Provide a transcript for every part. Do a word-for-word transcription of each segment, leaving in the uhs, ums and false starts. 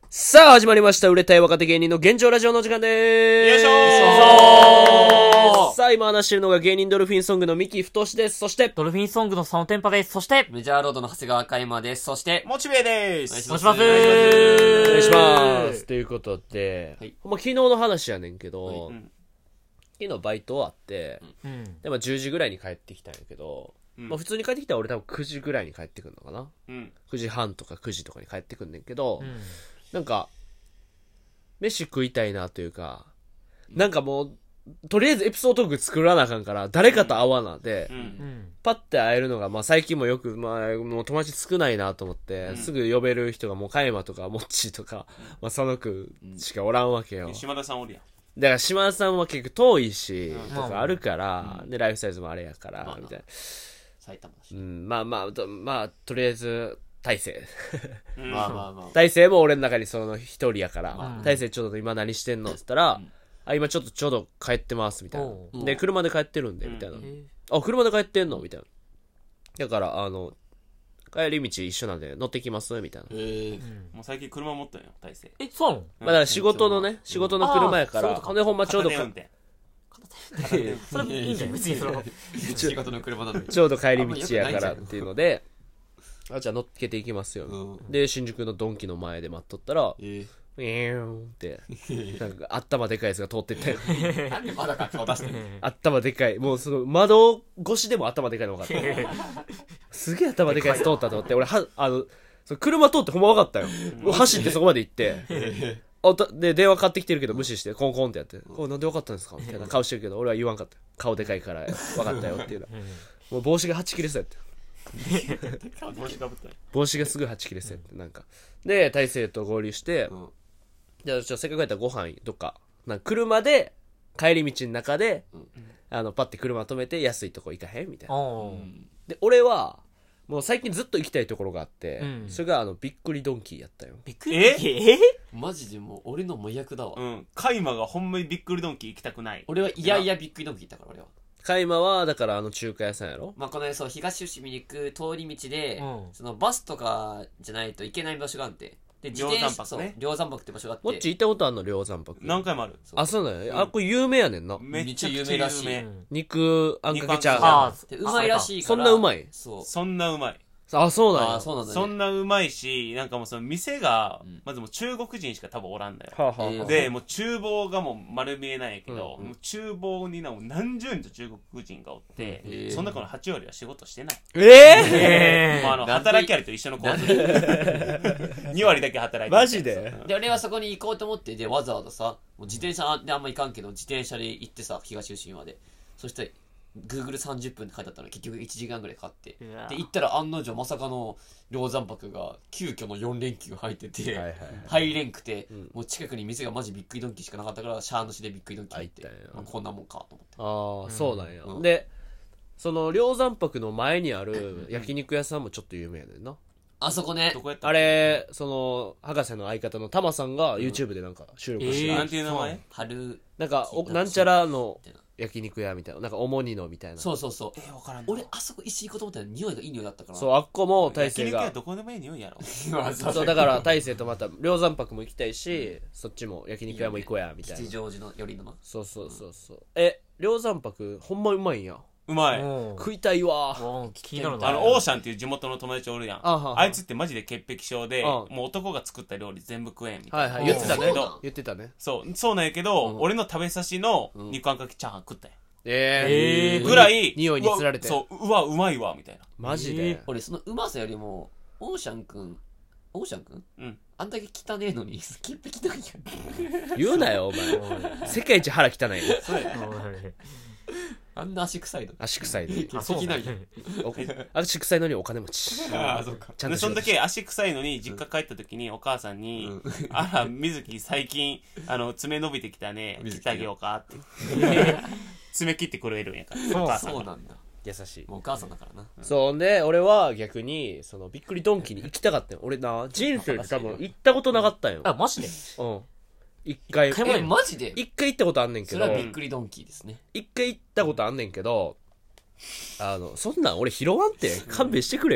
さあ始まりました売れたい若手芸人の現状ラジオの時間でーす。 よいしょー。 さあ今話してるのが芸人ドルフィンソングの三木太です。そしてドルフィンソングの佐野天パです。そしてメジャーロードの長谷川海馬です。そしてモチベです。 お願いします。 お願いしますということで、 はいほんま昨日の話やねんけど、 はいうん昨日バイト終わってうんで、まあ、じゅうじぐらいに帰ってきたんやけど、 うんまあ、普通に帰ってきたら俺多分くじぐらいに帰ってくるのかな。 うんくじはんとかくじとかに帰ってくんねんけど、 うんなんか飯食いたいなというか、なんかもうとりあえずエピソードトーク作らなあかんから誰かと会わなで、 ううんんパッて会えるのが、まあ最近もよく、まあもう友達少ないなと思って、 うんすぐ呼べる人がもうカイマとかモッチーとか、まあ佐野くんしかおらんわけよ。 島田さんおるやん。 だから島田さんは結構遠いし、 うんとかあるから、 うんで、ライフサイズもあれやから、 まあなみたいな。 埼玉だし。 うん、まあまあ、とまあ、とりあえず、大勢。 うんまあまあまあ。 大勢も俺の中にその一人やから、 うん大勢ちょっと今何してんのって言ったら、 うんあ、今ちょっとちょうど帰ってます、みたいおな。 うで、車で帰ってるんで、みたいな。 うんえあ、車で帰ってんのみたいな。だから、あの、帰り道一緒なんで乗ってきますみたいな。 えーうんもう最近車持ったんよ、大勢。 え、そうなの？ まあだから仕事のね、仕事の車やから、 あーそういうことかほんでほんまちょうどか、 片手運転。 それいいんじゃない別にその。 仕事の車なのに。 ちょうど帰り道やからっていうので、あ、じゃあ乗っけていきますよ。 うんで、新宿のドンキの前で待っとったら、 えウィーンって、なんか頭でかいやつが通ってって、 ー、なんでまだか顔出してる頭でかい、もうその窓越しでも頭でかいの分かった。すげえ頭でかいやつ通ったと思って、俺は、あの、その車通ってほんま分かったよ。もう走ってそこまで行って、あたで、電話かかってきてるけど無視して、コンコンってやって、これなんで分かったんですかみたいな顔してるけど、俺は言わんかった。顔でかいから分かったよっていうの。もう帽子がはち切れそうやって。 帽子かぶったんよ。 帽子がすぐはち切れそうやって、なんか。で、大勢と合流して、 うんじゃあ、ちょせっかくやったらご飯どっか、なんか車で、帰り道の中で、 うんあの、パッて車止めて安いとこ行かへんみたいな。 おーで、俺は、もう最近ずっと行きたいところがあって、 うんそれがあの、びっくりドンキーやったよ。 びっくり。 ええマジでもう俺の真逆だわ。 うん。カイマがほんまにびっくりドンキー行きたくない。 俺はいやいやびっくりドンキー行ったから俺は。 カイマは、だからあの中華屋さんやろまあこのそう東伏見に行く通り道で、 うんそのバスとかじゃないといけない場所があって。で、自転両車、そう山泊ね、 両山泊って場所があって。 もっち行ったことあんの両山泊。 何回もある。 あ、そうなんや。あ、これ有名やねんな。 めっちゃ有名らしい。 めっちゃ有うん肉あんかけチャー肉ハあーでうまいらしいから。 そんなうまいそう。 そんなうまい。 ン。あ、そうなんや。 ああ、そうなんだね。 そんなうまいし、なんかもうその店がうん、 まずもう中国人しか多分おらんだよ。 はあ、はあはあえーで、もう厨房がもう丸見えなんやけど、 うんもう厨房になもう何十人と中国人がおって、 うんへーその中のはち割は仕事してない。 えええまあ、あの、 なんで働きありと一緒の構図。に割だけ働いてるマジでで、俺はそこに行こうと思って、で、わざわざさ、もう自転車であんま行かんけど、自転車で行ってさ、東伏見まで。そして、Google さんじゅっぷんって書いてあったのに結局いちじかんぐらいかかって。 うわで、行ったら案の定まさかの梁山泊が急遽のよん連休入ってて、 はいはい入れんくて、 んもう近くに店がマジびっくりドンキーしかなかったから、シャーのしでびっくりドンキー入って入ったんや、 まあこんなもんかと思って。 ああ、そうなんや。 うんで、その、両山泊の前にある焼肉屋さんもちょっと有名やねんな。 あそこねど、こやったあれ、その、博士の相方のタマさんが YouTube でなんか収録してえーなんていう名前春、 なんか、おなんちゃらのみたいな焼肉屋みたいな。なんか、おもにのみたいな。 そうそうそう。 え、わからんな。 俺、あそこ一緒に行こうと思ったら匂いがいい匂いだったから。 そう、あっこも大焼勢が。 肉屋どこでもいい匂いやろ。 そう、だから大勢とまた、両山泊も行きたいし、そっちも焼肉屋も行こうや、みたいな。 吉祥寺の寄りのな。 そうそうそうそう。え、両山泊、ほんまうまいんや。 うまい。 うん食いたいわ。 うん気になるな。 あの、オーシャンっていう地元の友達おるやん。 あははあいつってマジで潔癖症で、 うんもう男が作った料理全部食えんみたはいいな。 はい、言ってたねそうなん。 言ってたね。 そう、そうなんやけど、 うん俺の食べさしの肉あんかけチャーハン食ったんや。 えー。 えーぐらい、 匂いに釣られてうわそう、うわ、うまいわ、みたいな。 マジで。 え俺、そのうまさよりも、オーシャンくん、オーシャンくんうん。 あんだけ汚ねえのに、潔癖なんや。 言うなよ、お前。世界一腹汚いよ。 あんな足臭いの。 足臭いで。 あ、そうなんや。 お足臭いのにお金持ち。 ああ、そっか。 ちゃんとしろでそんだけ足臭いのに、実家帰った時にお母さんに、 うんあら、水木最近、あの、爪伸びてきたね、切水木ってあげようかって。爪切ってくれるんやから。 そうお母さんが。 そうなんだ。 優しい。 もうお母さんだからな。 そう、んで、俺は逆に、その、びっくりドンキに行きたかったよ。俺な、人生で多分行ったことなかったんよ。 あ、マジでうん。一回、 え、 一回もないマジで一回行ったことあんねんけどそれは、びっくりドンキーですね。 一回行ったことあんねんけど、あの、そんなん俺拾わんって、勘弁してくれよ。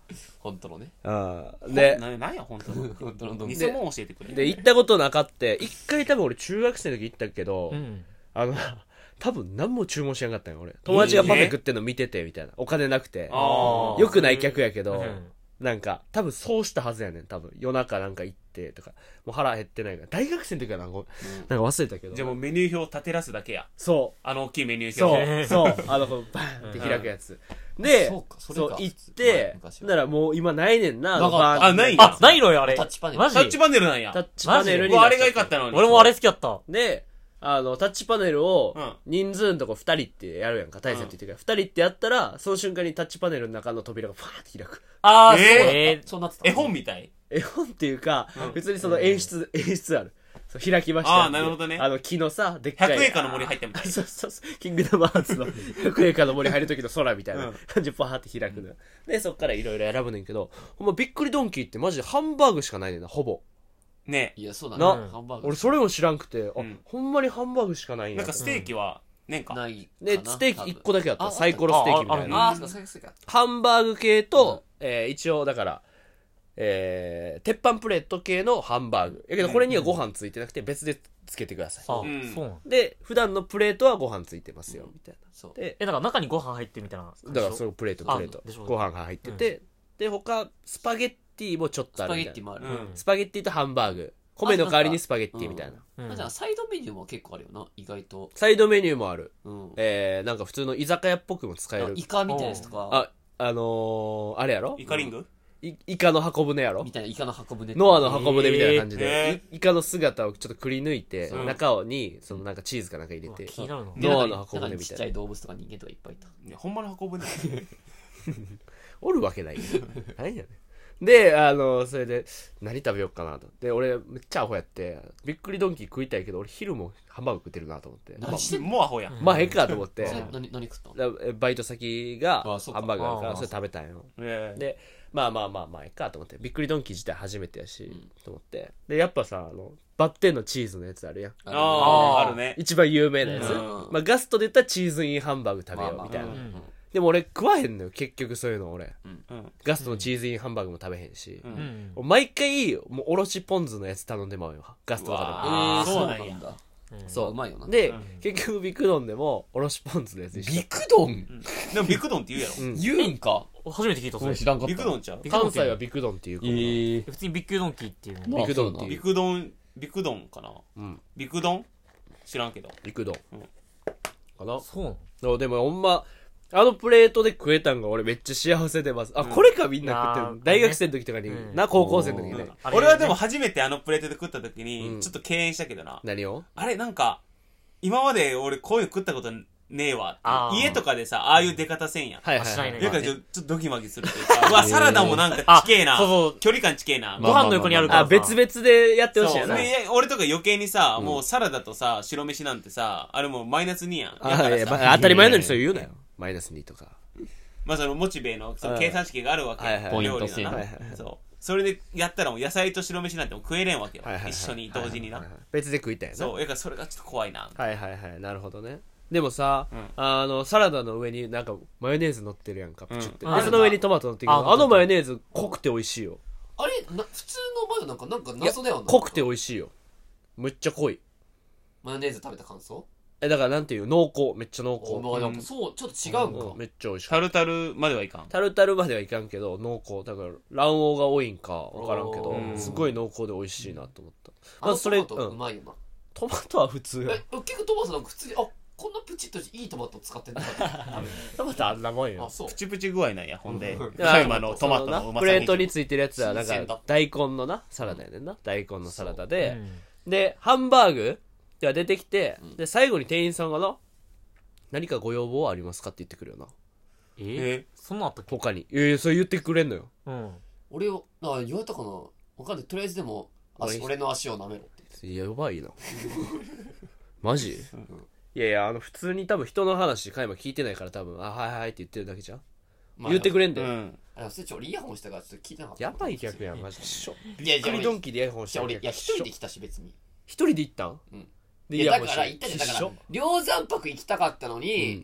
本当のね。 ああでななんや本当の本当のドンキ。 偽物教えてくれ。 で行ったことなかって一回多分俺中学生の時行ったけど、 うんあの多分何も注文しなかったんよ俺。友達がパフェ食ってんの見ててみたいな、お金なくてあーよくない客やけど、 うんなんか多分そうしたはずやねん。多分夜中なんか行ってとか、もう腹減ってないから大学生の時はなんか、なんか忘れたけど、 じゃあもうメニュー表立てらすだけや。 そうあの大きいメニューそ表。 う、そう、あの、こうバーンって開くやつ。で、 そうかそれかそう、行って、 昔はならもう今ないねんな、あのなかったバーンあないんやあ、ないのよ、あれ。 タッチパネルマジタッチパネルなんや。 タッチパネルにうわあれが良かったのに。 俺もあれ好きだった。 で、あの、タッチパネルをうん、 人数のとこ二人ってやるやんか、大切って言ってるから、二人ってやったら、その瞬間にタッチパネルの中の扉がファーって開く。 あー、 えーそうえーそうなってた。 絵本みたい。 絵本っていうかうん、 別にその演出、演出ある。そう開きましたって。 あーなるほどねあの、木のさ、でっかい。 百円以下の森入ったみたい。 そうそうそう。キングダムハーツの百円以下の森入る時の空みたいなうん感じでパーって開くのよ。で、そっからいろいろ選ぶねんけど、ほんまびっくりドンキーってマジでハンバーグしかないねんな、ほぼ。 ねいや、そうだなね。ハンバーグ。 俺それも知らんくて、あ、 うんほんまにハンバーグしかないんや。 なんかステーキは、ねんか。 ないかな。 で、ステーキいっこだけあった。 あサイコロステーキみたいな。 ああ、そうか、そうか、そうか。 ハンバーグ系と、えー一応だから、えー、鉄板プレート系のハンバーグ。やけどこれにはご飯ついてなくて別でつけてください。 あ、 うんそうなの。 で、普段のプレートはご飯ついてますよ、みたいそう。 な。で、 え、だから中にご飯入ってるみたいな感じでしょ。 だからそのプレート、プレートあでしょ。 ご飯が入ってて、で、他、スパゲッティもちょっとあスパるみたいな。 ゲッティもある。 うんスパゲッティとハンバーグ。米の代わりにスパゲッティみたいな。 うんあじゃあ、サイドメニューも結構あるよな、意外と。 サイドメニューもある。 うん。 えー、なんか普通の居酒屋っぽくも使える。 イカみたいなやつとか、 あ、あのー、あれやろイカリングいイカの箱舟やろみたいなイカの箱舟。 ノアの箱舟みたいな感じえで、 ーいイカの姿をちょっとくり抜いて、 そう中に、そのなんかチーズかなんか入れうわて、 気になるの。 でノアの中に中にちっちゃ箱舟みたいな。 い動物とか人間とかいっぱいいた。 いやほんまの運ぶね。 おるわけないよ。何やねん。で、あの、それで、何食べようかなと。で、俺、めっちゃアホやって、びっくりドンキー食いたいけど、俺昼もハンバーグ食ってるなと思って。 何してんのもうアホや。 まあ、ええかと思って。 それ何、何食ったのだバイト先があそうかハンバーグあるから、 あそれ食べたんよ。 ええで、まあまあまあまあ、ええかと思って。びっくりドンキー自体初めてやし、と思って。で、やっぱさ、あの、バッテンのチーズのやつあるやん。 ああ、あるね。 一番有名なやつ。 うんまあ、ガストで言ったらチーズインハンバーグ食べようみたいな。 まあまあうんでも俺食わへんのよ、結局そういうの俺。 うん。 ガストのチーズインハンバーグも食べへんし。 ううんん。 毎回、もうおろしポン酢のやつ頼んでまうよ。ガストとかでも。 えあーー、そうそうなんやなんだ。 そううまいよな。 で、 うん結局ビクドンでもおろしポン酢のやつ一緒ビクドンでもビクドンって言うやろ。 うん言うんか初めて聞いた、それ。 知らんかった。 ビクドンちゃう関西はビクドンっていうか、 え普通にビッグドンキーっていうの。 まあビクドンっていうビクドン、ビクドンかなうん、 ビクドン知らんけど。 ビクドン、 うんかな。 そうなの。 そうでもほんまあのプレートで食えたんが俺めっちゃ幸せでます。あ、これかみんな食ってるあー大学生の時とかに、 うんな、高校生の時にね。 あれ俺はでも初めてあのプレートで食った時うんに、ちょっと敬遠したけどな。 何をあれ、なんか、今まで俺こういうの食ったことねえわあーって。家とかでさ、ああいう出方せんやん。 はいはいはい。 あしないねだからちょちょっとドキマキするというか、うわ、サラダもなんかちけえな。 そうそう。 距離感ちけえな。 ご飯の横にあるからあ、 さ。 別々でやってほしいそうやな。 で俺とか余計にさ、 うんもうサラダとさ、白飯なんてさ、あれもうマイナスにやん。だあいやからさ、 まあ当たり前のようにそう言うなよ。マイナスにとか。 まあそのモチベのその計算式があるわけよ。 はいはい料理のポイント制なはいはいはいそう。それでやったらもう野菜と白飯なんてもう食えれんわけよはいはいはい。 一緒に同時になはい。はいはい別で食いたいな。 そう。だからそれがちょっと怖いな。 はいはいはい。なるほどね。でもさ、 うんあの、サラダの上になんかマヨネーズ乗ってるやんか、プチって。 うんで、その上にトマト乗ってるけど、 ああのマヨネーズ濃くて美味しいよ。 あれな普通のマヨなんか、なんか謎だよな。 濃くて美味しいよ。めっちゃ濃い。 マヨネーズ食べた感想え、だからなんていう濃厚。めっちゃ濃お厚。 まあでもそう、ちょっと違うんか。 うんめっちゃ美味しい。 タルタルまではいかん。 タルタルまではいかんけど、濃厚。だから、卵黄が多いんかわからんけどう、 んすごい濃厚で美味しいなと思った。 あのまずそれ、 トマトううん。 まいよな。 トマトは普通よ。 え、結構トマトなんか普通に、あ、こんなプチッといいトマト使ってんだな。 トマトあんなもんあ、 よ。 そうプ。チプチ具合なんや、ほんで。 いや今のトマトそなのうまさプレートについてるやつは、なん新鮮だか、大根のな、サラダやねんな。大根のサラダうで、 んで、ハンバーグが出てきてうん、 で、最後に店員さんがな、何かご要望はありますかって言ってくるよな。 ええそんなんあったっけ他に。ええ、そう言ってくれんのよ。 うん。 俺を、あ、言われたかなわかんない。とりあえずでも、足俺の足を舐めろって。 やばいな。マジいやいや、あの、普通に多分人の話、カイマ聞いてないから多分、あ、はいはいって言ってるだけじゃん。 まあ言ってくれんだよ。 うん。 あ、それちょ、俺イヤホンしたからちょっと聞いてなかった。 やばい客やん、マジで。しょ。 いや、じゃあ俺クリドンキーでイヤホンしじゃあ俺、 てるいや、一人で来たし、別に。 一人で行ったんうん。 で、 いや、だから、 イヤホンして言ったじゃん。だから一緒、 梁山泊行きたかったのうにん、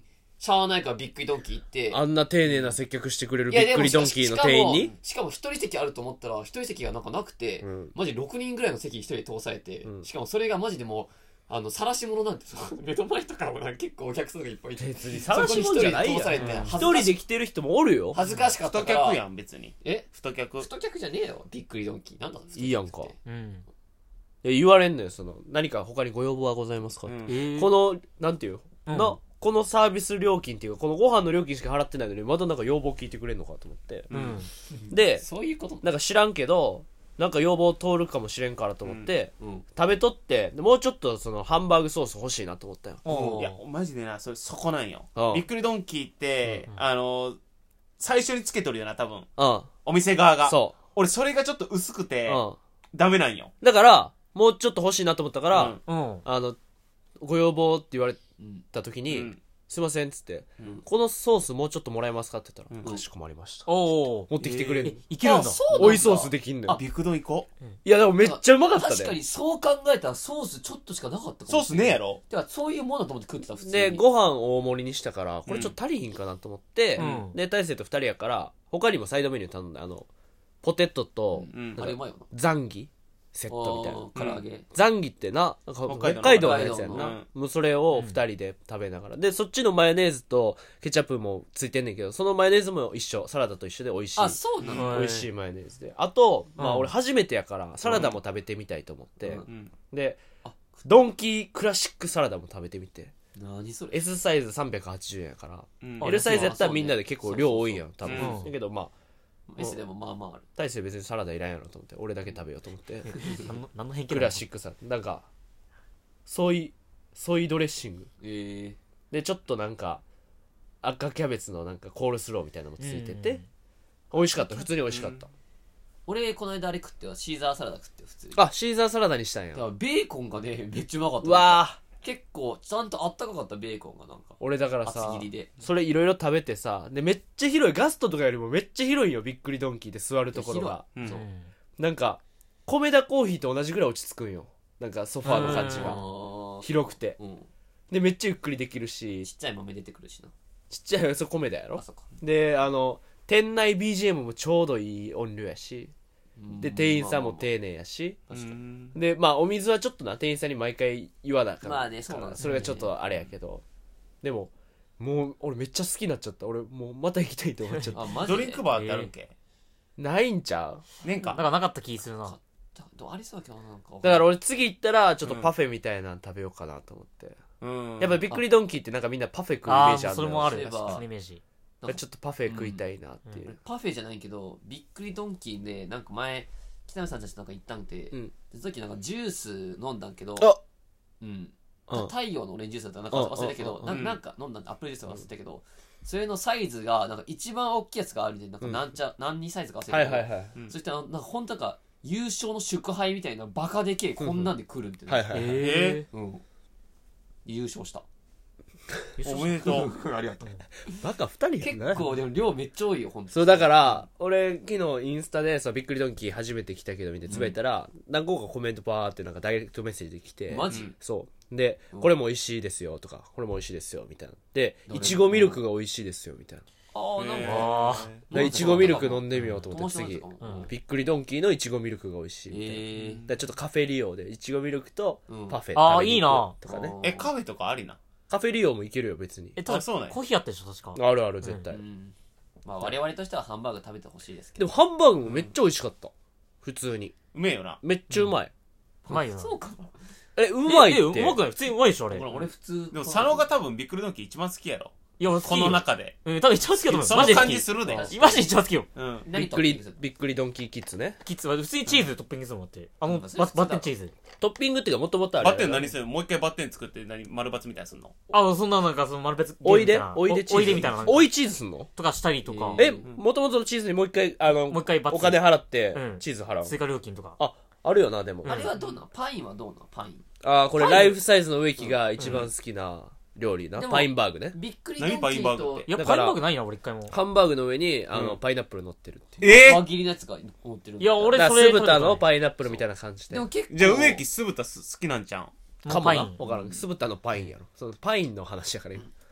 しゃあないからびっくりドンキー行ってあんな丁寧な接客してくれるいやでもびっくりドンキーの店員にしかもしかも一人席あると思ったら一人席がなんかなくて、 うんマジろくにんぐらいの席一人で通されて、 うんしかもそれがマジでもうあの晒し者なんてさ目の前とかもなんか結構お客さんがいっぱいいて別に晒し者じゃないやんそこに一人で通されてうん一人で来てる人もおるよ恥ずかしかったから太客やん別にえ太客太客じゃねえよびっくりドンキーなんだ太客っていいやんかうんいや言われんのよその何か他にご要望はございますか、 うんえーこのなんていう、 うんなこのサービス料金っていうかこのご飯の料金しか払ってないのにまたなんか要望聞いてくれんのかと思って、 うんでそういうことなんか知らんけどなんか要望通るかもしれんからと思って、 うん食べとってでもうちょっとそのハンバーグソース欲しいなと思ったよおーいやマジでなそれそこなんようんびっくりドンキーってうんあの最初につけとるよな多分うんお店側がそ俺それがちょっと薄くう、 てうん、 ダメなんよだからもうちょっと欲しいなと思ったから、 うんうんあのご要望って言われうんた時に、 うんすいませんっつって、 うんこのソースもうちょっともらえますかって言ったら、 うんかしこまりました、 おお持ってきてくれる、 えいけるんだあそうなんだ追いソースできんのよビッグドン行こういやでもめっちゃうまかった確かでにそう考えたらソースちょっとしかなかったかソーもしれないスねえやろてかそういうものだと思って食ってた普通にでご飯大盛りにしたからこれちょっと足りひんかなと思って、 うんで大勢とふたりやから他にもサイドメニュー頼んであのポテトと、 うんあれうまいよなザンギセットみたいなあー唐揚げザンギってななんか北海道の北海道のやつやんな、 北海道のもうそれをふたりで食べながら、でそっちのマヨネーズとケチャップもついてんねんけどそのマヨネーズも一緒サラダと一緒で美味しいあそうなのはい美味しいマヨネーズであと、まあうん俺初めてやからサラダも食べてみたいと思って、 うんうんであドンキークラシックサラダも食べてみて何それ S サイズさんびゃくはちじゅうえんやから、 うんあ L サイズやったらそうねみんなで結構量多いんやん多分、 そうそうそうだけどまあ S でもまあまあある大勢別にサラダいらんやろと思って俺だけ食べようと思って何の何の偏見クラシックサラダなんかソイソイドレッシングえでちょっとなんか赤キャベツのなんかコールスローみたいなのもついてて、美味しかった普通に美味しかった、 俺この間あれ食ってよシーザーサラダ食ってよ普通にあシーザーサラダにしたんやだからベーコンがねめっちゃうまかったうわー結構ちゃんとあったかかったベーコンがなんか俺だからさ厚切りでそれいろいろ食べてさでめっちゃ広いガストとかよりもめっちゃ広いよびっくりドンキーで座るところがうんそうなんか米田コーヒーと同じぐらい落ち着くんよなんかソファーの感じうんがあー広くてうんでめっちゃゆっくりできるしちっちゃい豆出てくるしなちっちゃいよそこ米田やろあそっかであの店内 ビージーエム もちょうどいい音量やしで店員さんも丁寧やし確かにうんでまあお水はちょっとな店員さんに毎回言わなあかんまあねそうなんだよねそれがちょっとあれやけどでももう俺めっちゃ好きになっちゃった俺もうまた行きたいと思っちゃったあマジでドリンクバーってあるんけないんちゃうねんかなんかなかった気するなだどありそうだけどなんかだから俺次行ったらちょっとパフェみたいなの食べようかなと思って、 うんやっぱびっくりドンキーってなんかみんなパフェ食うイメーあジあるのよあそれもあるそういえばそのイメージちょっとパフェ食いたいなっていう、 うんパフェじゃないけどびっくりドンキーでなんか前北野さんたちなんか行ったんで、 うんでその時なんかジュース飲んだんけどあうんうん太陽のオレンジジュースだったかなんか忘れたけどうんなうんなんか飲んだんアップルジュース忘れたけどそれのサイズがなんか一番大きいやつがあるんでなんかなんちゃ、何にサイズか忘れたけど、 はいはいはいそしてなんか本当なんか優勝の祝杯みたいなバカでけえこんなんで来るんって、ねはいはいはいえうん、優勝したえおめでとうありがとうバカふたりや結な構でも量めっちゃ多いよ本当そうだから俺昨日インスタでさびっくりドンキー初めて来たけど見てつぶやいたら、何個かコメントパーってなんかダイレクトメッセージで来てマジ、 そうで、 うんこれも美味しいですよとかこれも美味しいですよみたいなでどれいちごミルクが美味しいですよみたいなああなんか、 あでいちごミルク飲んでみようと思って次友達のやつかもうんびっくりドンキーのいちごミルクが美味しいみたいな、 えーだからちょっとカフェリオでいちごミルクとうんパフェあー食べに行くとかねいいなえカフェとかありなカフェリオもいけるよ別にえただあそうなんやコーヒーあったでしょ確かあるある絶対、 うんまあ我々としてはハンバーグ食べてほしいですけどでもハンバーグもめっちゃ美味しかった普通にうめえよなめっちゃうまい、 うまいよなそうかなえうまいええってうまくない普通にうまいでしょあれほら俺普通でも佐野が多分ビックリドンキー一番好きやろいや俺好きこの中でうん多分一番好きだと思うその感マジで好きじするでマジマジで一番好きようんびっ何トくりッピングするびっくりドンキーキッズねキッズは普通にチーズトッピングするもんってあのうんバそれ普通だバッテンチーズトッピングっていうかもともとあれバッテン何するもう一回バッテン作って何丸バツみたいにすんのあそんななんかその丸別おいでゲームみたなおいでチーズおいでみたいななんかおいチーズすんのとかしたりとかええもともとのチーズにもう一回あのもう一回バッツお金払ってうんチーズ払う、 追加料金とかああるよなでも、 うんあれはどうなんパインはどうなんパインあーこれパインライフサイズの植木が一番好きな料理な、 でもパインバーグねびっくりドンキ何パインバーーとグっていやだからパインバーグないな俺一回もハンバーグの上にあの、 うんパイナップル乗ってるっていうえ輪切りのやつが乗ってるんだいや俺だからそれ酢豚のパイナップルみたいな感じででも結構じゃあ植木酢豚す好きなんちゃうんかもなパイン分からん酢豚のパインやろそのパインの話やから今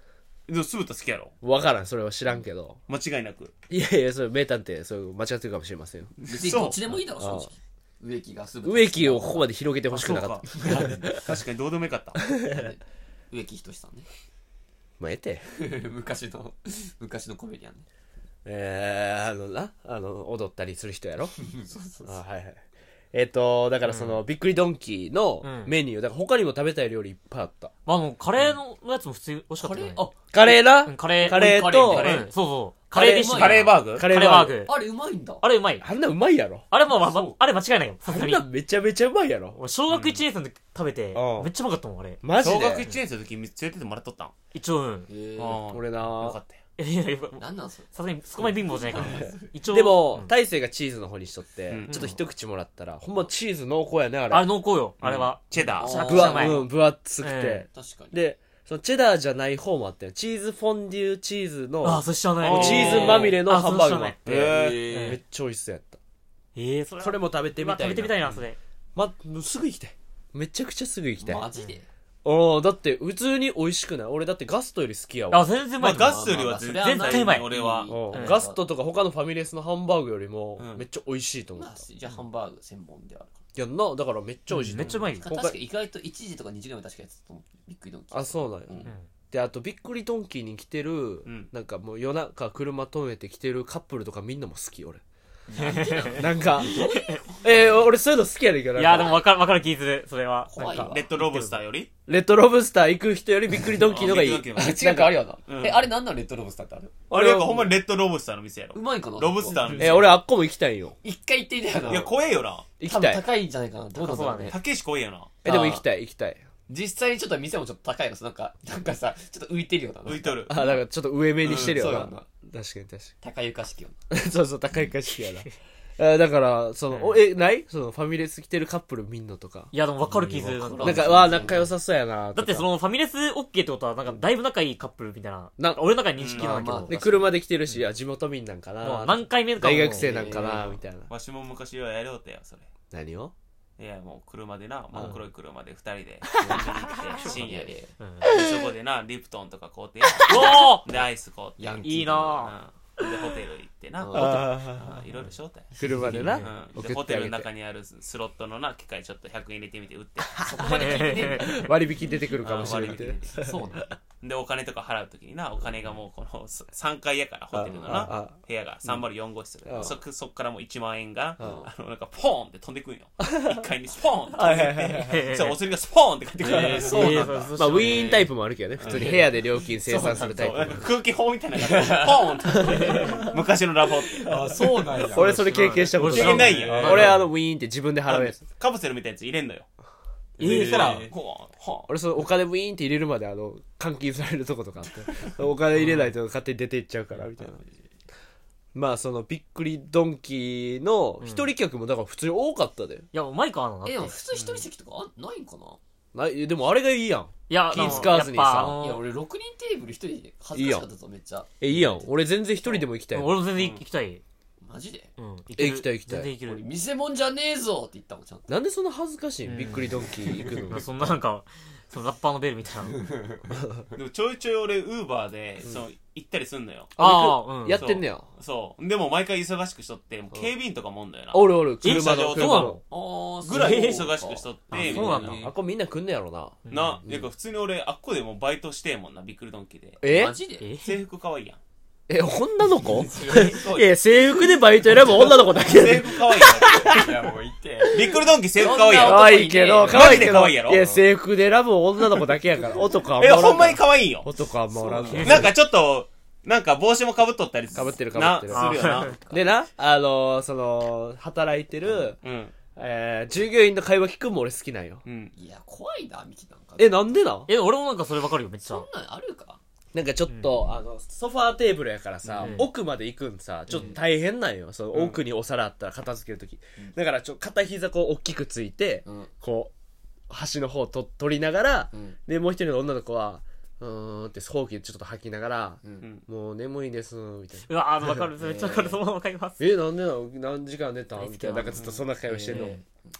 でも酢豚好きやろわからん、それは知らんけど。 間違いなく。 いやいや、それ名探偵、それ間違ってるかもしれませんよ。 別にどっちでもいいだろ、正直。植木がすぐ。 植木をここまで広げてほしくなかった。 そうか確かにどうでもよかった。 植木仁さんね。 まあ、ええて。 昔の、昔のコメディアンね。 えー、あのな、あの、踊ったりする人やろ。そうそうそう。あ、はいはい。えっ、ー、と、だからその、うん、びっくりドンキーのメニュー、だから他にも食べたい料理いっぱいあった。 あの、カレーのやつも普通に美味しかったね。 あ、 カレーな、 うん、カレー。 カレーと、 カレー、うん、そうそう。カレーでしカレーバーグカレーバーグ。 あれうまいんだ。 あれうまい。 あんなうまいやろ。 あれもまあ、ま、あれ間違いないよ。さすがに。 あんなめちゃめちゃうまいやろ。 俺、小学いちねん生の時食べて、 うん、 めっちゃうまかったもん、あれ。 マジで小学いちねん生の時連れてってもらっとったん一応、うん。 へー俺なよかったよ。 いやいや、 なんなんそれ。 さすがにそこまで貧乏じゃないから。一応。 でも、 うん、 大勢がチーズの方にしとって、 うん、 ちょっと一口もらったら、ほんまチーズ濃厚やね、あれ。 あれ濃厚よ、あれは。 チェダー。 ぶわ、うん、分厚くて、 えー。確かに。 で、そのチェダーじゃない方もあったよ。チーズフォンデュチーズの、 あ、それ知らない。 チーズまみれのハンバーグもあって、 えー、めっちゃ美味しそうやった。 えー、それそれも食べてみたいな。 食べてみたいな、それ。 ま、すぐ行きたい。めちゃくちゃすぐ行きたい。 マジで？ ああ、だって普通に美味しくない？俺だってガストより好きやわ。 あ、全然うまい。 まあ、ガストよりは全然うまい。俺は、 うん。ガストとか他のファミレスのハンバーグよりもうん、 めっちゃ美味しいと思った。 まあ、じゃあハンバーグ専門であるかいやんな、だからめっちゃ美味しい、 うん。めっちゃうまい。 ら。確かに意外といちじとかにじぐらいまで確かやってたと思う。びっくりドンキー。 あ、そうなんや。 うん。 で、あとびっくりドンキーに来てる、 うん、 なんかもう夜中車止めて来てるカップルとかみんなも好き、俺。 なんでなの？ なんか、えー、俺そういうの好きやねんけど。 いや、でもわかる、わかる気する、それは。 怖いわ。 レッドロブスターよりレッドロブスター行く人よりびっくりドンキーのがいい。 あビッグドンキー違うかあるよな。 うんえ、あれなんなんレッドロブスターってある？ あれやっぱほんまにレッドロブスターの店やろ。 うまいかな？ ロブスターの店。 えー、俺あっこも行きたいんよ。 一回行ってみたいな。 いや、怖えよな。 行きたい。 高いんじゃないかな。どうだろうね。 高えし怖えよな。 え、でも行きたい、行きたい。 実際にちょっと店もちょっと高いのさ、なんか、なんかさ、ちょっと浮いてるよな。 浮いとる。 あ、だからちょっと上目にしてるよな。 うんそうや確かに確か高床式よ。 に。そうそう、高いか式やな。あだから、その、おえ、ないそのファミレス来てるカップルみんなとか。 いや、でもわかる気する。 うんなんか、わあ、仲良さそうやな。 だってそのファミレス OK ってことは、なんかだいぶ仲いいカップルみたいな。 な俺の中に認識なんだけど。 うんまあまで、車で来てるし、あ、地元民なんかな。 何回目かも大学生なんかな、みたいな。 わしも昔はやろうてよ、それ。 何をいや、もう車でな、真っ黒い車で二人で、 深深夜で。 夜で。 うんでそこでな、リプトンとか買うてや。 おで、アイス買うて。 ヤンキーいいなぁ。 うんで、ホテル行ってな。 うんあうんいろいろしようたよ。 車でな。 うんで、ホテルの中にあるスロットのな、機械ちょっとひゃくえん入れてみて売って。 そこまで聞いてんだ。 割引出てくるかもしれないあ割引出てそうなんだ。 で、お金とか払うときにな、お金がもうこのさんかいやから、ホテルのなあああ、 部屋がさんまるよん号室うんそそっからもういちまんえんが、 うんあの、なんかポーンって飛んでくんよ。いっかいにスポーンって飛んはいはいはいでって、そう、お釣りがスポーンって帰ってくる。 えーそうなんだまあ、ウィーンタイプもあるけどね。普通に部屋で料金生産するタイそうなんプ。 か空気砲みたいなのがポーンって飛んで昔のラボって。 あ、そうなんや。 俺それ経験したこと経験ないんや俺あの、ウィーンって自分で払うやつ。 カプセルみたいなやつ入れんのよ。 えーそしたら、こう、は俺そのお金ウィーンって入れるまであの、監禁されるとことかあって。お金入れないと勝手に出ていっちゃうから、みたいな。まあそのびっくりドンキーの一人客もだから普通に多かったで。 いや、うまいかな。 え、でも普通一人席とかあないんかな？ ないでもあれがいいやん。 いや、 気使わずにさやっぱあのいや、俺ろくにんテーブル一人で恥ずかしかったぞ、めっちゃ。 え、いいやん。俺全然一人でも行きたいもん。 俺も全然行きたい。 マジで？ うん。 え行きたい行きたい俺、 全然行ける。 見せ物じゃねえぞって言ったもん、ちゃんと。 なんでそんな恥ずかしいんうんびっくりドンキー行くの。 そんななんか、そのラッパーのベルみたいな。 でもちょいちょい俺、ウーバーで、その、行ったりすんのよ。 ああ、うん。 やってんねや。 そう。でも毎回忙しくしとって、もう警備員とかもおんのよな。 おるおる。 駐車車の。 場とか車の。 あー、 ぐらいえー忙しくしとって、 あみたいそうなんだあっこみんな来んねやろな。 な、なんか普通に俺、あっこでもバイトしてえもんな、びっくりドンキーで。 えマジで？ え制服かわいいやん。 え、女の子そういや、制服でバイト選ぶ女の子だけ制服かわいいやん。 いや、もう言って。 びっくりドンキー制服かわいいや可ろ。 愛いけど、可愛いけど。 マジで可愛いやろいや、制服で選ぶ女の子だけやから。男はあんえ、 まおらんからほんまに可愛いよ。 男はあんまおらんから。 なんかちょっと、なんか帽子もかぶっとったりす被ってる被ってるなするよな。 でな、あのー、その、働いてる、 うん。 えー、従業員の会話聞くんも俺好きなんよ。 うん。 いや、怖いな、ミキなんか。 え、なんでなんえ、俺もなんかそれわかるよ、めっちゃそん。なんあるか？ なんかちょっと、あの、ソファーテーブルやからさ、 うん奥まで行くんさ、ちょっと大変なんよ。その奥にお皿あったら片付けるとき。だから、ちょ、片膝こう大きくついて、 うん。 こう、端の方と取りながら、 うん。 で、もう一人の女の子は、うーんって、ほうきでちょっと吐きながら、 うん。 もう眠いです、みたいな。 うわあ、わかる。めっちゃわかる。そのままわかります。 え、なんでなの何時間寝たんみたいな。なんかずっとそんな会話してんの。 えこっ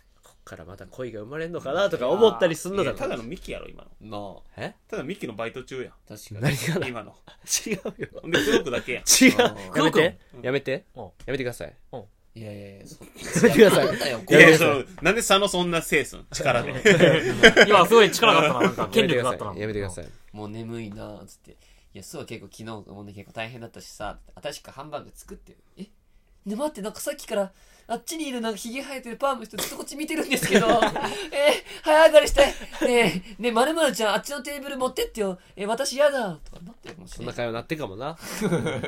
からまた恋が生まれんのかなとか思ったりすんのだただのミキやろ今のなえただミキのバイト中やんあ確かに何がな今の違うよほんで黒くだけやん違うあやめてうんやめてうんやめてくださいいやいやいやそやめてくださいなんだよいやいややめてくださそうなんで佐野そんな制すん力で今すごい力があったな、なんか権力があったな。 やめてくださいもう眠いなーっつっていやそう結構昨日もね結構大変だったしさ確かハンバーグ作ってるえね待ってなんかさっきからあっちにいるなんかヒゲ生えてるパームの人ずっとこっち見てるんですけどえー、早上がりしてねえねえまるまるちゃんあっちのテーブル持ってってよえー、私やだとかなってるかもしそれないんな会話なってかもな確かに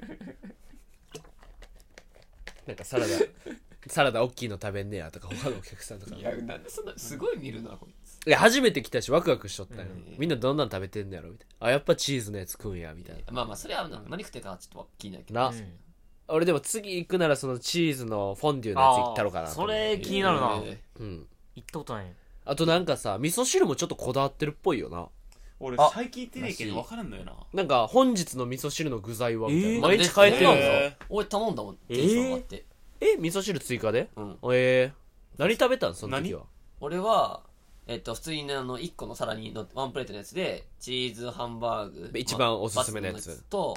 なんかサラダサラダ大きいの食べんねやとか他のお客さんとかいやなんでそんなすごい見るなこいついや初めて来たしワクワクしとったよ、 うんみんなどんなん食べてんのやろみたいなあやっぱチーズのやつ食うんやみたいなまあまあそれはな何食ってるかちょっと気になるけどな、 うん俺でも次行くならそのチーズのフォンデュのやつ行ったろうかなと思うそれ気になるな。 えうん行ったことない。 あとなんかさ味噌汁もちょっとこだわってるっぽいよな俺あ最近行ってねえけど分からんのよななんか本日の味噌汁の具材はみたいな、 えー毎日変えてるんだ、 えー俺頼んだもんテンション上がって、 え味噌汁追加でうんえー、何食べたんその時は俺はえっと普通にねあのいっこの皿にのワンプレートのやつでチーズハンバーグ一番おすすめのやつバスのと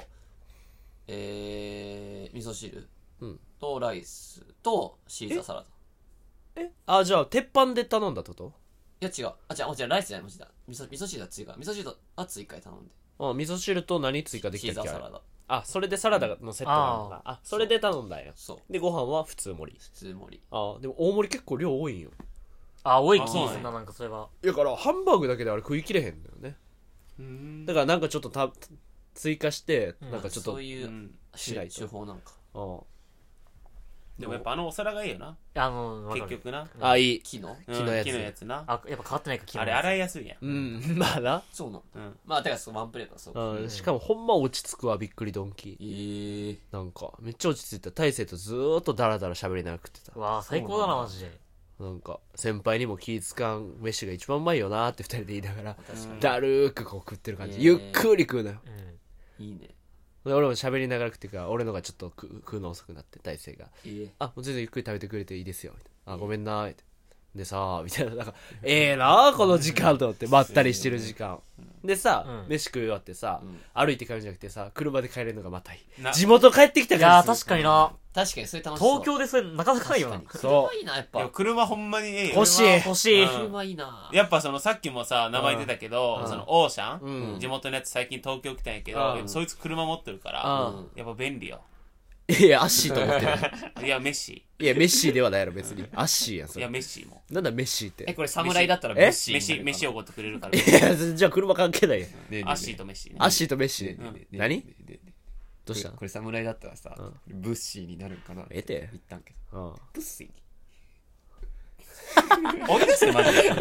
えー、味噌汁うんとライスとシーザーサラダえあじゃあ鉄板で頼んだってこといや違うあ違う違うライスじゃないマジだ味噌味噌汁は追加味噌汁は追加で頼んであ味噌汁と何追加できシーたっけあれザーサラダあそれでサラダのセットがあるのかあそれで頼んだんやそうでご飯は普通盛り普通盛りあでも大盛り結構量多いんよあ、多い気あそうなんやするな、なんかそれは。 だからハンバーグだけであれ食いきれへんだよねうんだからなんかちょっとた追加してうんなんかちょっと、 そういううんしないと手法なんかあでもやっぱあのお皿がいいよなあの、わかる。 結局なあいい木のうん木のやつ木のやつなあ、やっぱ変わってないか、昨日あれ洗いやすいやんうんまあな、 そうなのうんまあだからそうワンプレートはそううん、しかもほんま落ち着くわびっくりドンキえー、 なんかめっちゃ落ち着いた大勢とずーっとダラダラ喋りながら食ってたうわー最高だな、マジで。 なんか先輩にも気ぃつかん飯が一番うまいよなって二人で言いながら確かにだるーくこう食ってる感じ、 ねえゆっくり食うのようん。 いいねで俺も喋りながら食ってるから俺のがちょっと食う食うの遅くなって大勢がえー、 あもう全然ゆっくり食べてくれていいですよみたいなあごめんなーってでさーみたいななんかええなーこの時間と思ってまったりしてる時間でさ、 うん飯食い終わってさ、 うん歩いて帰るんじゃなくてさ車で帰れるのがまたいいな地元帰ってきたいやー、 感じ確かにな。 確かにそれ楽しそう東京でそれなかなかないよな。 確かにそう車いいなやっいやぱ車ほんまにええよ欲しい欲しい。 うん車いいなやっぱそのさっきもさ名前出たけど、 うんそのオーシャン、 うん地元のやつ最近東京来たんやけど、 うんやっぱそいつ車持ってるから、 うんやっぱ便利よいやアッシーと思ってるいやメッシいやメッシーではないやろ別にアッシーやんそれーいやメッシーもなんだメッシーってえこれ侍だったらえメッシーになるかな飯飯おごってくれるからいやじゃあ車関係ないやんねえねえねえアッシーとメッシーねアッシーとメッシー、 ねえねえねえ何ねえねえねえどうしたこれこれ侍だったらさ、 うんブッシーになるんかなええて言ったんけどうんブッシーおいですねマジで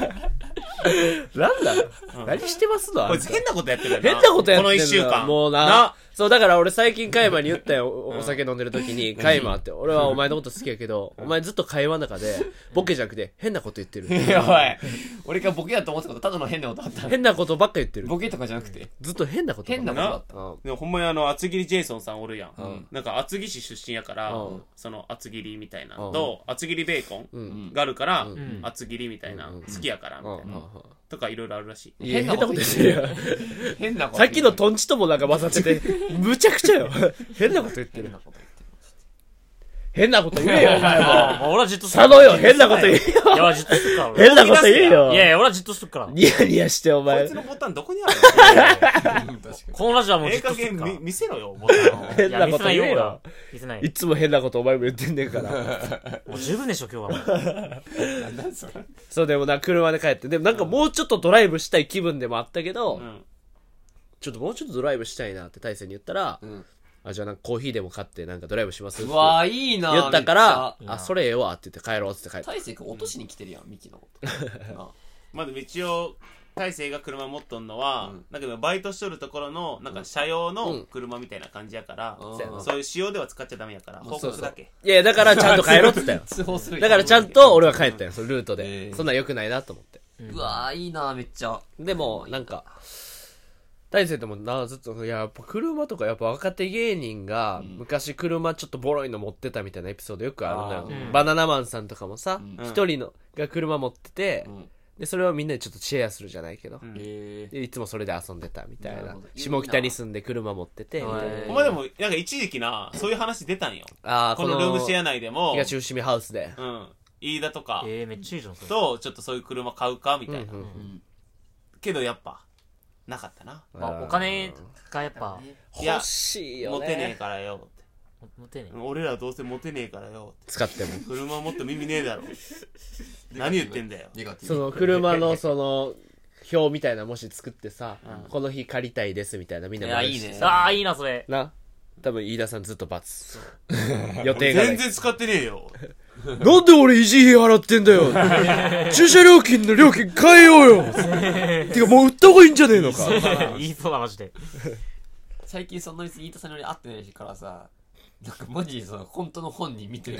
なんだ、 うん何してますのあんたこいつ変なことやってるよな変なことやってんのこの一週間もうななそうだから俺最近カイマに言ったよおうんお酒飲んでる時にカイマって俺はお前のこと好きやけどお前ずっと会話の中でボケじゃなくて変なこと言ってるやばい俺がボケだと思ってたことただの変なことあった変なことばっか言ってるボケとかじゃなくてずっと変なことばっか変なことだったうんでもほんまにあの厚切りジェイソンさんおるやん、 うんなんか厚木市出身やから、 うんその厚切りみたいなのと、厚切りベーコうンんがあるから、 うん厚切りみたいな、 うん好きやからみたいな、 うんとかいろいろあるらしいいや変なこと言ってるよ変なことさっきのトンチともなんか混ざっててむちゃくちゃよ変なこと言ってる変なこと言って変なこと言えよお前あももう俺はじっとし佐野よ変なこと言えよいや、俺はじっとしとくから。俺変なこと言えよいやいや、俺はじっとしとくから。 ニヤニヤしておこ前いつのボタンどこにあるのこのラジオはもうじええ加減っとしとくから。 見見せろよボタンを変なこと言えよいや見せないよ。見せないい。つも変なことお前も言ってんねんからもう十分でしょ、今日は。 なんそれそうでもな車で帰ってでもなんかもうちょっとドライブしたい気分でもあったけど、 うんちょっともうちょっとドライブしたいなって大勢に言ったら、 うんあじゃあなんかコーヒーでも買ってなんかドライブしますってうわーいいな言ったからめっちいいなあそれええわって言って帰ろうっつって帰ってゃ大勢君落としに来てるやんミキのことなまだ一応大勢が車持っとんのは、 うんだけどバイトしとるところのなんか車用の車みたいな感じやから、 うんそうやなそういう仕様では使っちゃダメやからうん報告だけいやだからちゃんと帰ろうって言ったよ通報するだからちゃんと俺は帰ったよそのルートで、 えーそんなん良くないなと思ってうわーいいなめっちゃでもなんか大勢でもなずっといややっぱ車とかやっぱ若手芸人が昔車ちょっとボロいの持ってたみたいなエピソードよくあるのよ、 あーバナナマンさんとかもさうん一、人のが車持ってて、 うんでそれをみんなでちょっとシェアするじゃないけど、 うんえでいつもそれで遊んでたみたいななるほど下北に住んで車持っててみたいな、 へーお前でもなんか一時期なそういう話出たんよ。 ああこのルームシェア内でも東伏見ハウスで、 うん飯田とかえー、めっちゃいいじゃんそれ。 とちょっとそういう車買うかみたいな、 うんうんうんけどやっぱなかったな。 まあ、お金がやっぱ、 いや欲しいよねモテねえからよってモテね俺らどうせモテねえからよって使っても車もっと耳ねえだろ何言ってんだよ。 ネガティブその車のその表みたいなもし作ってさ、 うんこの日借りたいですみたいなみんなもいやいいねああ、いいな、それ。 な多分飯田さんずっと罰予定がない全然使ってねえよ。 なんで俺維持費払ってんだよ駐車料金の料金変えようよてかもう売った方がいいんじゃねえのか言いそうだ、マジで。 最近そんなに飯田さんより会ってないからさ、なんかマジでその本当の本人見てる。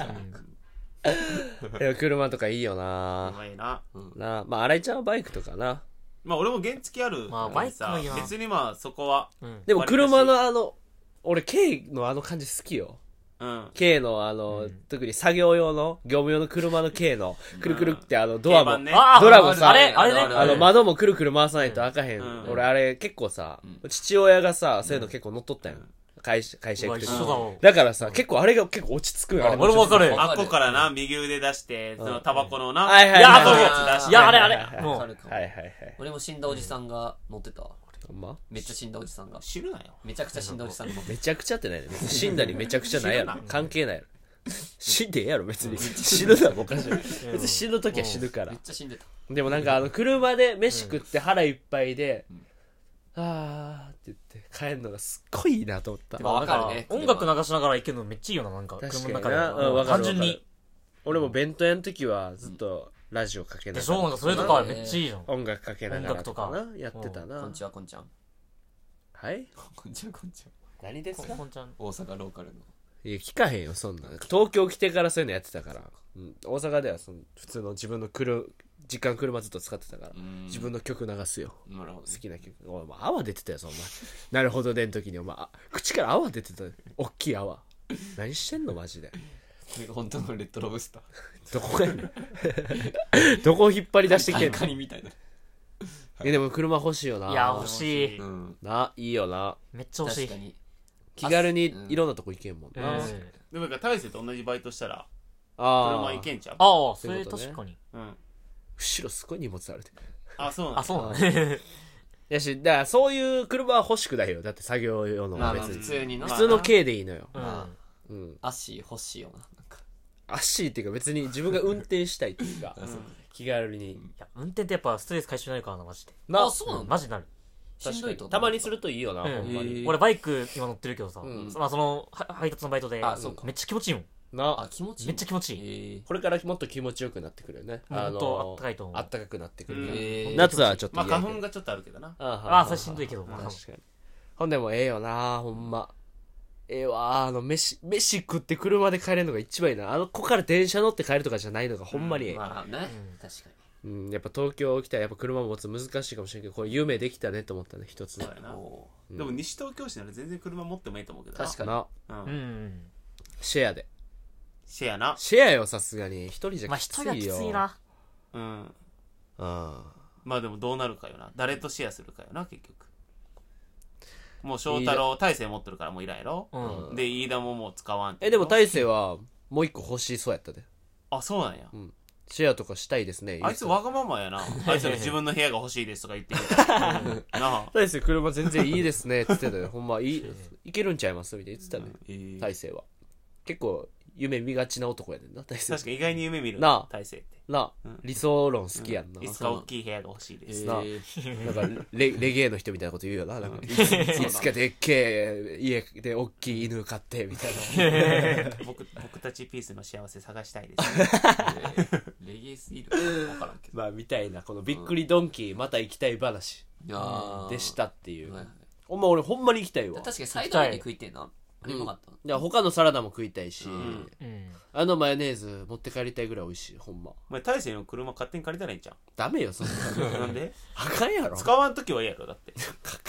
いや車とかいいようなまいな。 なまあ新井ちゃんはバイクとかなまあ俺も原付あるまあからさバイクもいいな別にまあそこはうん。 でも車のあの俺 K のあの感じ好きようん K のあの、 うん特に作業用の業務用の車の K のくるくるってあのドアも、 定番ねあードラもさあれあれね。 あの窓もくるくる回さないと開かへん、 うん俺あれ結構さ、 う父親がさそういうの結構乗っとったやん、会社会社うわ行く時一緒だわ。 だからさ、結構あれが結構落ち着くよあれ俺もわかる。 あっこからな右腕出してそのタバコのなはいはいはいいやあとやつ出していやあれあれはいはいはいもうわかるかもはいはいはい俺も死んだおじさんが乗ってたわ。 ほんまめっちゃ死んだおじさんが。 死ぬなよ。 めちゃくちゃ死んだおじさんが乗ってめちゃくちゃってないね別に死んだりめちゃくちゃないやろ死ぬな関係ないやろ死んでええやろ別に死ぬのはおかしい別に死ぬ時は死ぬかた。 らめっちゃ死んでた。 でもなんかあの車で飯食って腹いっぱいで、あーって言って帰るのがすっごいいいなと思ったでもわかるね音楽流しながら行けるのめっちゃいいよな、なんか。 確かに車の中で。 なうんわかる単純に。 俺も弁当屋の時はずっとラジオかけながらでしょなんかそれとかめっちゃいいじゃん。 音楽かけながら音楽とかなやってたこなんちはこんちゃん。 はいこんちはこんちゃん。 何ですかこんちゃん。 大阪ローカルの。 いや聞かへんよそんな東京来てからそういうのやってたから、うん、大阪ではその普通の自分の車時間車ずっと使ってたから自分の曲流すよなるほど好きな曲お前もう泡出てたよそお前なるほどねん時にお前あ口から泡出てたおっきい泡何してんのマジでね。本当のレッドロブスター。 どこやねんどこを引っ張り出してけんのカニみたいな。 えでも車欲しいよないや、欲しい。 ん。 ないいよなめっちゃ欲しい。 確かに。 気軽にいろんなとこ行けんもんうん。 な、 あでもなんか大勢と同じバイトしたらああ車行けんちゃう。 あ、それそういうことね確かに。 うん。 後ろすごい荷物あるであ、そうなんだあ、そうなのやしだからそういう車は欲しくないよだって作業用のまあまあは別に普通にな。 普通の軽でいいのよ、 うん。 まうん、 アッシー欲しいよな。なんか。 アッシーっていうか別に自分が運転したいっていうか、気軽に、 いや、運転ってやっぱストレス解消になるからな、マジで。 なあ、そうなんだ。 マジになる。 しんどいと。 たまにするといいよな、 うんほんまに、 へー俺バイク今乗ってるけどさ、 んまあそのは配達のバイトであそうかめっちゃ気持ちいいもん。 なあ、気持ちいい。 めっちゃ気持ちいい。 い。えこれからもっと気持ちよくなってくるよね、 もうほんとあったかいと思うあったかくなってくる、 うんえー夏はちょっとまあ嫌やけど花粉がちょっとあるけどな。 あああ、それしんどいけど。 確かにほんでもええよなほんまええわあの飯飯食って車で帰れるのが一番いいなあのここから電車乗って帰るとかじゃないのがほんまにええ、 まあねうん。 確かうん、やっぱ東京来たらやっぱ車持つの難しいかもしれんけどこれ夢できたねと思ったね一つのそうやなに。おうんでも西東京市なら全然車持ってもいいと思うけどな。 確かになう。 うんん。 シェアでシェアな。 シェアよさすがに一人じゃまあきつ一人はきいよついな。 うん。 うんまあでもどうなるかよな。誰とシェアするかよな、結局。もう翔太郎、大勢持ってるからもういらんやろ。 うん。 で、飯田ももう使わんってえでも大勢はもう一個欲しいそうやったであ、そうなんや。 シェアとかしたいですねあいつわがままやな。あいつら自分の部屋が欲しいですとか言ってきた。なあ。 大勢車全然いいですねって言ってたよほんまいいいけるんちゃいますみたいな言ってたねえー大勢は結構夢見がちな男やねんな大勢確かに意外に夢見るなあ大勢って。 なうん理想論好きやんな、 いつか大きい部屋が欲しいです。 なえーなんかレレゲエの人みたいなこと言うよななんかいついつかでっけえ家で大きい犬飼ってみたいな僕僕たちピースの幸せ探したいです。 レゲエすぎる。わからんけど。 まあみたいなこのびっくりドンキーまた行きたい話いやーでしたっていう、 はいはいほんま俺ほんまに行きたいわ確かにサイドメニュー食いてえな。あれうまかった。 いや他のサラダも食いたいし、 うんうん。 あのマヨネーズ持って帰りたいぐらい美味しいほんまお前大勢の車勝手に借りたらいいんじゃん。 ダメよそんななんであかんやろ使わんときはいいやろ、だって。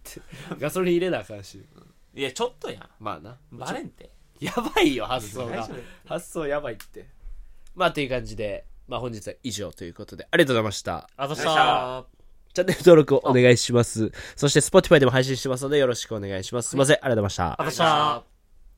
ってガソリン入れなあかんし。 いやちょっとやんまあなバレんてやばいよ発想が大丈夫発想やばいって。まあっていう感じで、まあ本日は以上ということでありがとうございました。 あざしよっしゃた。 チャンネル登録をお願いします。そして Spotify でも配信してますのでよろしくお願いします。すいません、ありがとうございました。 あざした。